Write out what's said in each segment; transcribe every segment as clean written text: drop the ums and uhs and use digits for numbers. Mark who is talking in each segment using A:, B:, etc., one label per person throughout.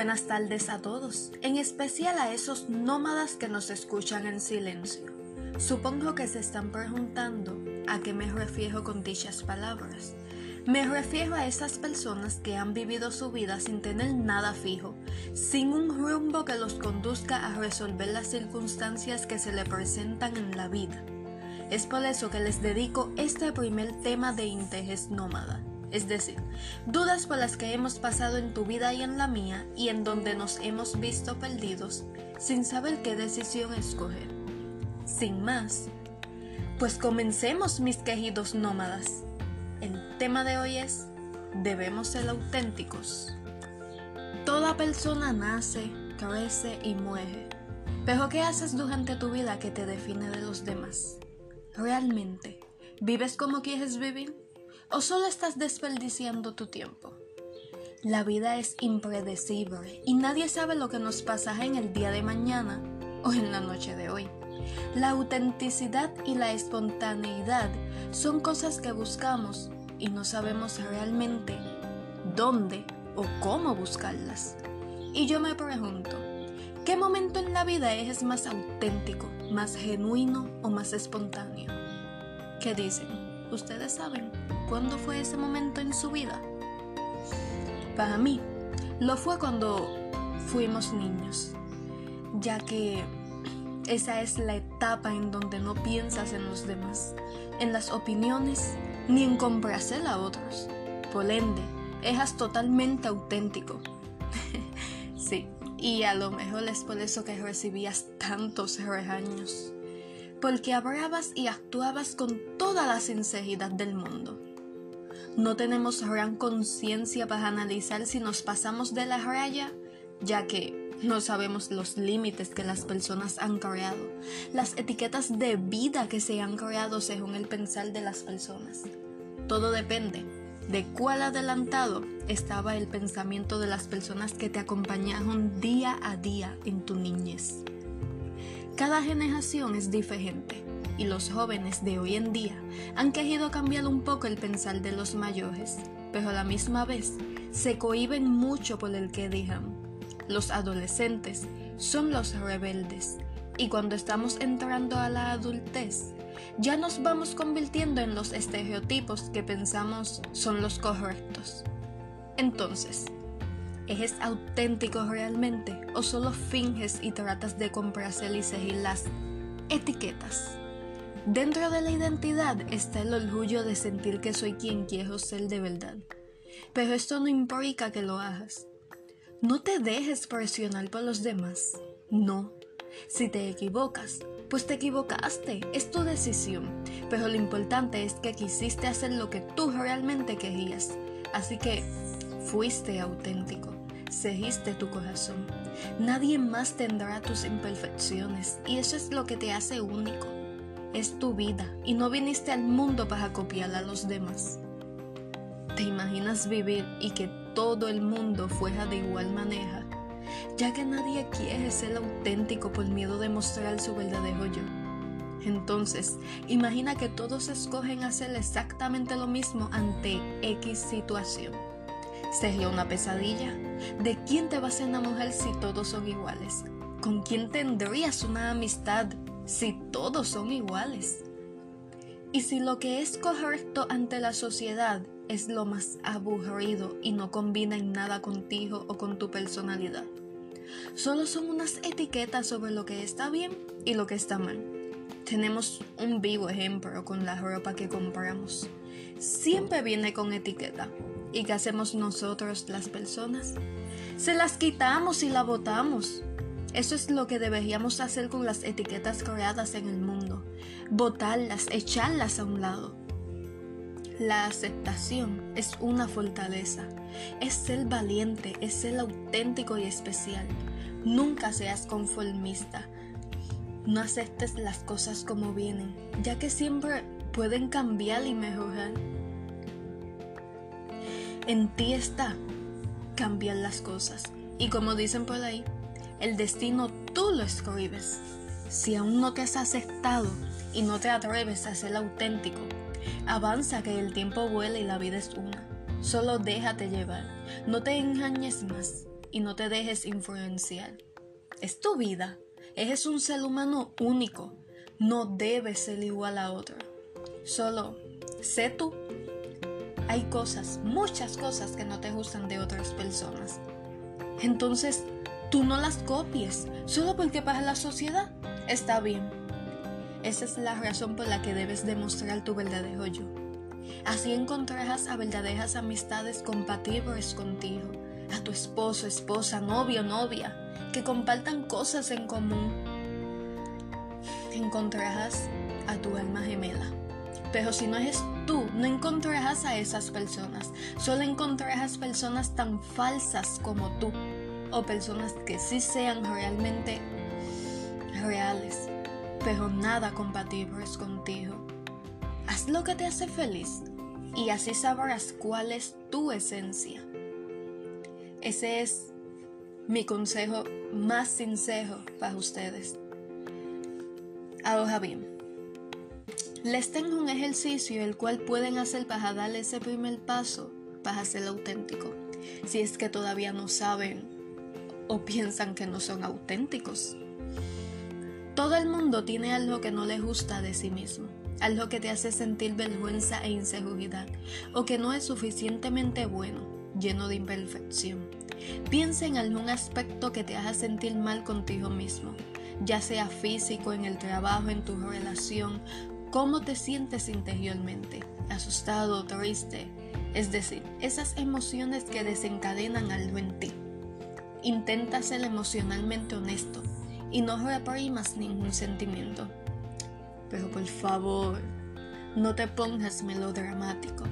A: buenas tardes a todos, en especial a esos nómadas que nos escuchan en silencio. Supongo que se están preguntando a qué me refiero con dichas palabras. Me refiero a esas personas que han vivido su vida sin tener nada fijo, sin un rumbo que los conduzca a resolver las circunstancias que se le presentan en la vida. Es por eso que les dedico este primer tema de interés nómada. Es decir, dudas por las que hemos pasado en tu vida y en la mía, y en donde nos hemos visto perdidos, sin saber qué decisión escoger. Sin más, pues comencemos, mis queridos nómadas. El tema de hoy es, ¿debemos ser auténticos? Toda persona nace, crece y muere. Pero ¿qué haces durante tu vida que te define de los demás? ¿Realmente vives como quieres vivir? ¿O solo estás desperdiciando tu tiempo? La vida es impredecible y nadie sabe lo que nos pasará en el día de mañana o en la noche de hoy. La autenticidad y la espontaneidad son cosas que buscamos y no sabemos realmente dónde o cómo buscarlas. Y yo me pregunto, ¿qué momento en la vida es más auténtico, más genuino o más espontáneo? ¿Qué dicen? ¿Ustedes saben cuándo fue ese momento en su vida? Para mí, lo fue cuando fuimos niños, ya que esa es la etapa en donde no piensas en los demás, en las opiniones, ni en complacer a otros. Por ende, eras totalmente auténtico. Sí, y a lo mejor es por eso que recibías tantos regaños, porque hablabas y actuabas con toda la sinceridad del mundo. No tenemos gran conciencia para analizar si nos pasamos de la raya, ya que no sabemos los límites que las personas han creado, las etiquetas de vida que se han creado según el pensar de las personas. Todo depende de cuál adelantado estaba el pensamiento de las personas que te acompañaron día a día en tu niñez. Cada generación es diferente y los jóvenes de hoy en día han querido cambiar un poco el pensar de los mayores, pero a la misma vez se cohíben mucho por el que digan. Los adolescentes son los rebeldes y cuando estamos entrando a la adultez ya nos vamos convirtiendo en los estereotipos que pensamos son los correctos. Entonces, ¿eres auténtico realmente o solo finges y tratas de complacer y seguir las etiquetas? Dentro de la identidad está el orgullo de sentir que soy quien quiero ser de verdad, pero esto no implica que lo hagas. No te dejes presionar por los demás, no. Si te equivocas, pues te equivocaste, es tu decisión, pero lo importante es que quisiste hacer lo que tú realmente querías, así que fuiste auténtico, seguiste tu corazón. Nadie más tendrá tus imperfecciones y eso es lo que te hace único. Es tu vida y no viniste al mundo para copiar a los demás. ¿Te imaginas vivir y que todo el mundo fuera de igual manera? Ya que nadie quiere ser auténtico por miedo de mostrar su verdadero yo. Entonces, imagina que todos escogen hacer exactamente lo mismo ante X situación. ¿Sería una pesadilla? ¿De quién te vas a enamorar si todos son iguales? ¿Con quién tendrías una amistad si todos son iguales? Y si lo que es correcto ante la sociedad es lo más aburrido y no combina en nada contigo o con tu personalidad, solo son unas etiquetas sobre lo que está bien y lo que está mal. Tenemos un vivo ejemplo con la ropa que compramos. Siempre viene con etiqueta. ¿Y qué hacemos nosotros, las personas? Se las quitamos y la botamos. Eso es lo que deberíamos hacer con las etiquetas creadas en el mundo. Botarlas, echarlas a un lado. La aceptación es una fortaleza. Es ser valiente, es ser auténtico y especial. Nunca seas conformista. No aceptes las cosas como vienen, ya que siempre pueden cambiar y mejorar. En ti está cambiar las cosas. Y como dicen por ahí, el destino tú lo escribes. Si aún no te has aceptado y no te atreves a ser auténtico, avanza, que el tiempo vuela y la vida es una. Solo déjate llevar, no te engañes más. y no te dejes influenciar. Es tu vida. Eres un ser humano único. No debes ser igual a otro. Solo sé tú. Hay cosas, muchas cosas que no te gustan de otras personas. Entonces, tú no las copies. Solo porque para la sociedad está bien. Esa es la razón por la que debes demostrar tu verdadero yo. Así encontrarás a verdaderas amistades compatibles contigo, a tu esposo, esposa, novio, novia, que compartan cosas en común. Encontrarás a tu alma gemela. Pero si no eres tú, no encontrarás a esas personas. Solo encontrarás personas tan falsas como tú, o personas que sí sean realmente reales, pero nada compatibles contigo. Haz lo que te hace feliz y así sabrás cuál es tu esencia. Ese es mi consejo más sincero para ustedes. Ahora bien, les tengo un ejercicio el cual pueden hacer para darle ese primer paso para ser auténtico. Si es que todavía no saben o piensan que no son auténticos. Todo el mundo tiene algo que no les gusta de sí mismo, algo que te hace sentir vergüenza e inseguridad, o que no es suficientemente bueno, lleno de imperfección. Piensa en algún aspecto que te haga sentir mal contigo mismo, ya sea físico, en el trabajo, en tu relación, cómo te sientes interiormente, asustado, triste, es decir, esas emociones que desencadenan algo en ti. Intenta ser emocionalmente honesto y no reprimas ningún sentimiento. Pero por favor, no te pongas melodramático.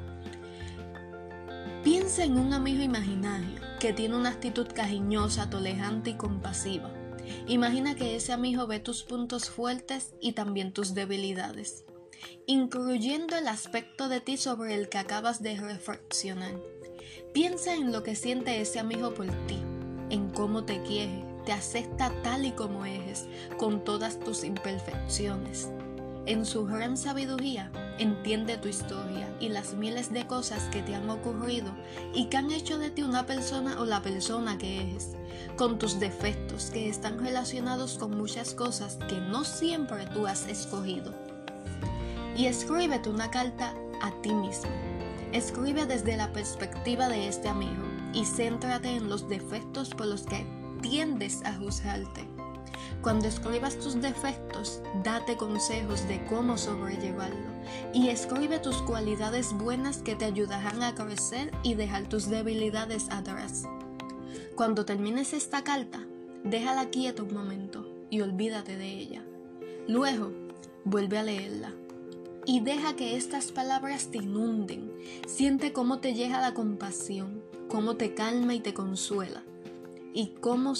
A: Piensa en un amigo imaginario que tiene una actitud cariñosa, tolerante y compasiva. Imagina que ese amigo ve tus puntos fuertes y también tus debilidades, incluyendo el aspecto de ti sobre el que acabas de reflexionar. Piensa en lo que siente ese amigo por ti, en cómo te quiere, te acepta tal y como eres, con todas tus imperfecciones. En su gran sabiduría, entiende tu historia y las miles de cosas que te han ocurrido y que han hecho de ti una persona o la persona que eres, con tus defectos que están relacionados con muchas cosas que no siempre tú has escogido. Y escríbete una carta a ti mismo. Escribe desde la perspectiva de este amigo y céntrate en los defectos por los que tiendes a juzgarte. Cuando escribas tus defectos, date consejos de cómo sobrellevarlo y escribe tus cualidades buenas que te ayudarán a crecer y dejar tus debilidades atrás. Cuando termines esta carta, déjala quieta un momento y olvídate de ella. Luego, vuelve a leerla y deja que estas palabras te inunden. Siente cómo te llega la compasión, cómo te calma y te consuela y cómo,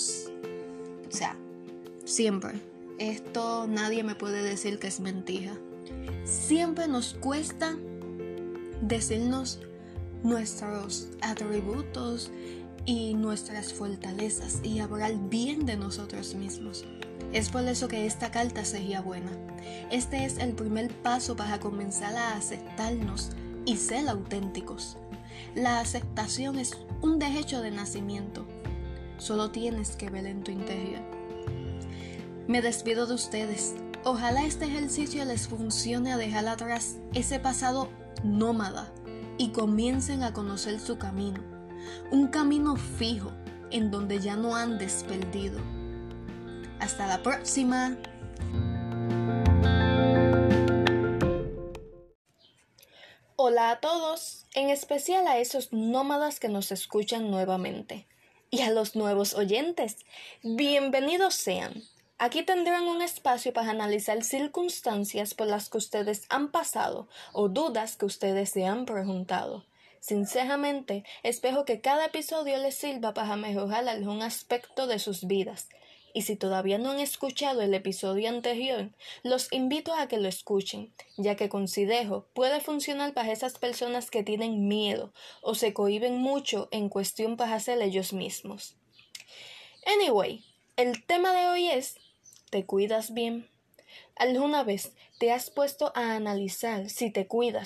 A: siempre, esto nadie me puede decir que es mentira. Siempre nos cuesta decirnos nuestros atributos y nuestras fortalezas y hablar bien de nosotros mismos. Es por eso que esta carta sería buena. Este es el primer paso para comenzar a aceptarnos y ser auténticos. La aceptación es un derecho de nacimiento. Solo tienes que ver en tu interior. Me despido de ustedes. Ojalá este ejercicio les funcione a dejar atrás ese pasado nómada y comiencen a conocer su camino. Un camino fijo en donde ya no andes perdido. Hasta la próxima. Hola a todos, en especial a esos nómadas que nos escuchan nuevamente. Y a los nuevos oyentes, bienvenidos sean. Aquí tendrán un espacio para analizar circunstancias por las que ustedes han pasado o dudas que ustedes se han preguntado. Sinceramente, espero que cada episodio les sirva para mejorar algún aspecto de sus vidas. Y si todavía no han escuchado el episodio anterior, los invito a que lo escuchen, ya que considero puede funcionar para esas personas que tienen miedo o se cohíben mucho en cuestión para ser ellos mismos. Anyway, el tema de hoy es ¿te cuidas bien? ¿Alguna vez te has puesto a analizar si te cuidas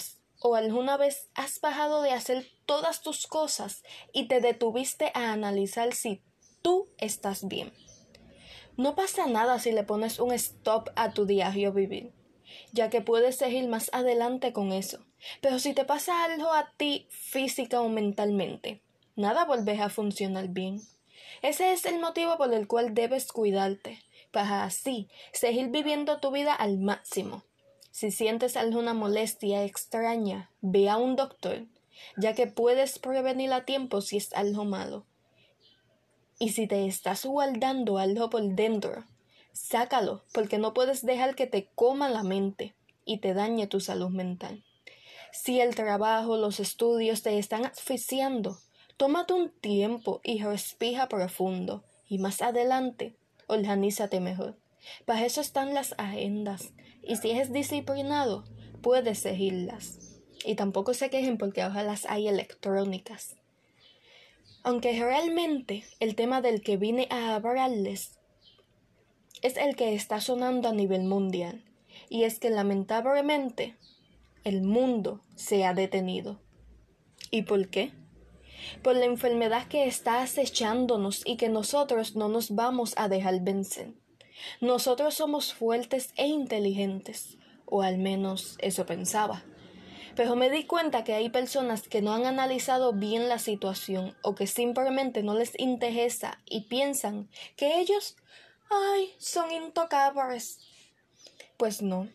A: o alguna vez has bajado de hacer todas tus cosas y te detuviste a analizar si tú estás bien? No pasa nada si le pones un stop a tu diario vivir, ya que puedes seguir más adelante con eso. Pero si te pasa algo a ti física o mentalmente, nada vuelve a funcionar bien. Ese es el motivo por el cual debes cuidarte, para así seguir viviendo tu vida al máximo. Si sientes alguna molestia extraña, ve a un doctor, ya que puedes prevenir a tiempo si es algo malo. Y si te estás guardando algo por dentro, sácalo, porque no puedes dejar que te coma la mente y te dañe tu salud mental. Si el trabajo, los estudios te están asfixiando, tómate un tiempo y respira profundo. Y más adelante, organízate mejor. Para eso están las agendas. Y si eres disciplinado, puedes seguirlas. Y tampoco se quejen porque ahora las hay electrónicas. Aunque realmente el tema del que vine a hablarles es el que está sonando a nivel mundial. Y es que lamentablemente el mundo se ha detenido. ¿Y por qué? Por la enfermedad que está acechándonos y que nosotros no nos vamos a dejar vencer. Nosotros somos fuertes e inteligentes, o al menos eso pensaba. Pero me di cuenta que hay personas que no han analizado bien la situación o que simplemente no les interesa y piensan que ellos, son intocables. Pues no.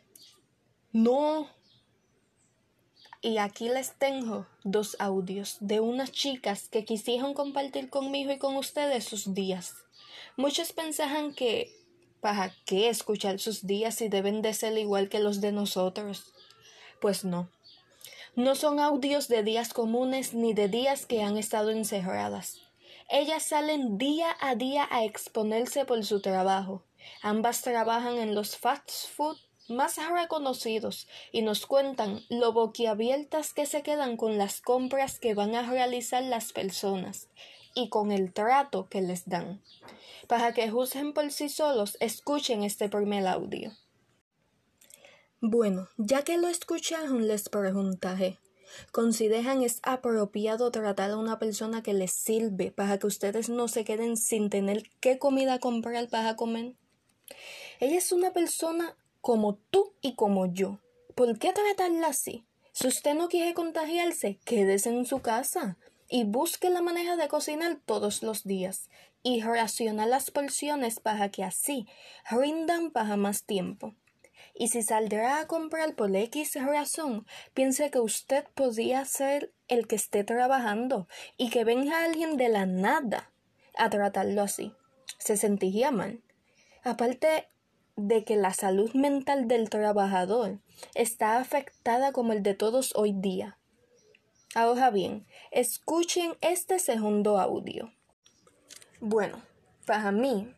A: Y aquí les tengo 2 audios de unas chicas que quisieron compartir conmigo y con ustedes sus días. Muchos pensaban que, ¿para qué escuchar sus días si deben de ser igual que los de nosotros? Pues no. No son audios de días comunes ni de días que han estado encerradas. Ellas salen día a día a exponerse por su trabajo. Ambas trabajan en los fast food más reconocidos y nos cuentan lo boquiabiertas que se quedan con las compras que van a realizar las personas y con el trato que les dan. Para que juzguen por sí solos, escuchen este primer audio. Bueno, ya que lo escucharon, les preguntaré, ¿consideran es apropiado tratar a una persona que les sirve para que ustedes no se queden sin tener qué comida comprar para comer? Ella es una persona como tú y como yo. ¿Por qué tratarla así? Si usted no quiere contagiarse, quédese en su casa y busque la manera de cocinar todos los días y racionar las porciones para que así rindan para más tiempo. Y si saldrá a comprar por X razón, piense que usted podría ser el que esté trabajando y que venga alguien de la nada a tratarlo así. Se sentiría mal. Aparte de que la salud mental del trabajador está afectada como el de todos hoy día. Ahora bien, escuchen este segundo audio. Bueno, para mí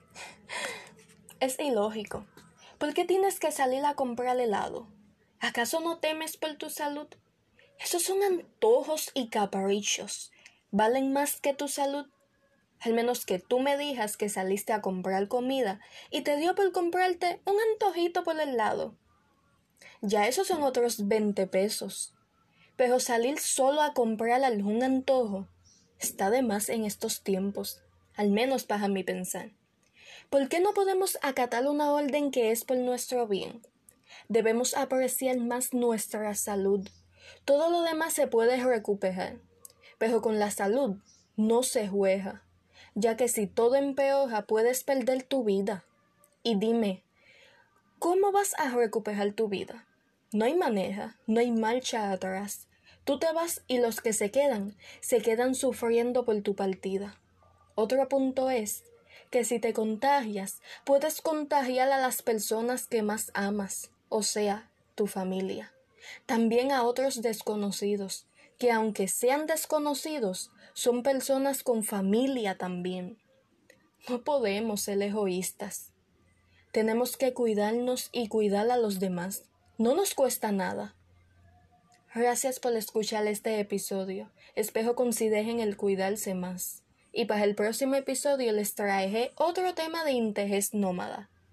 A: es ilógico. ¿Por qué tienes que salir a comprar helado? ¿Acaso no temes por tu salud? Esos son antojos y caprichos. ¿Valen más que tu salud? Al menos que tú me digas que saliste a comprar comida y te dio por comprarte un antojito por el lado. Ya esos son otros 20 pesos. Pero salir solo a comprar algún antojo está de más en estos tiempos, al menos para mi pensar. ¿Por qué no podemos acatar una orden que es por nuestro bien? Debemos apreciar más nuestra salud. Todo lo demás se puede recuperar, pero con la salud no se juega, ya que si todo empeora puedes perder tu vida. Y dime, ¿cómo vas a recuperar tu vida? No hay manera, no hay marcha atrás. Tú te vas y los que se quedan sufriendo por tu partida. Otro punto es que si te contagias, puedes contagiar a las personas que más amas, o sea, tu familia. También a otros desconocidos, que aunque sean desconocidos, son personas con familia también. No podemos ser egoístas. Tenemos que cuidarnos y cuidar a los demás. No nos cuesta nada. Gracias por escuchar este episodio. Espero consideren el cuidarse más. Y para el próximo episodio les traeré otro tema de interés nómada.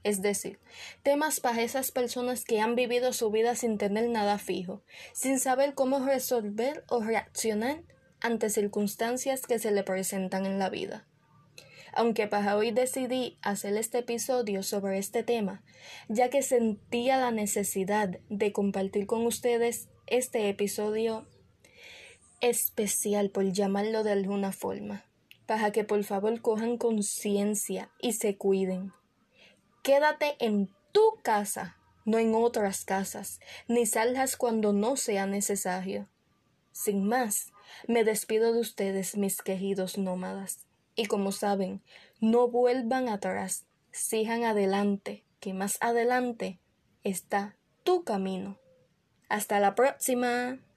A: Es decir, temas para esas personas que han vivido su vida sin tener nada fijo, sin saber cómo resolver o reaccionar ante circunstancias que se le presentan en la vida. Aunque para hoy decidí hacer este episodio sobre este tema, ya que sentía la necesidad de compartir con ustedes este episodio especial, por llamarlo de alguna forma, para que por favor cojan conciencia y se cuiden. Quédate en tu casa, no en otras casas, ni salgas cuando no sea necesario. Sin más, me despido de ustedes, mis queridos nómadas. Y como saben, no vuelvan atrás, sigan adelante, que más adelante está tu camino. Hasta la próxima.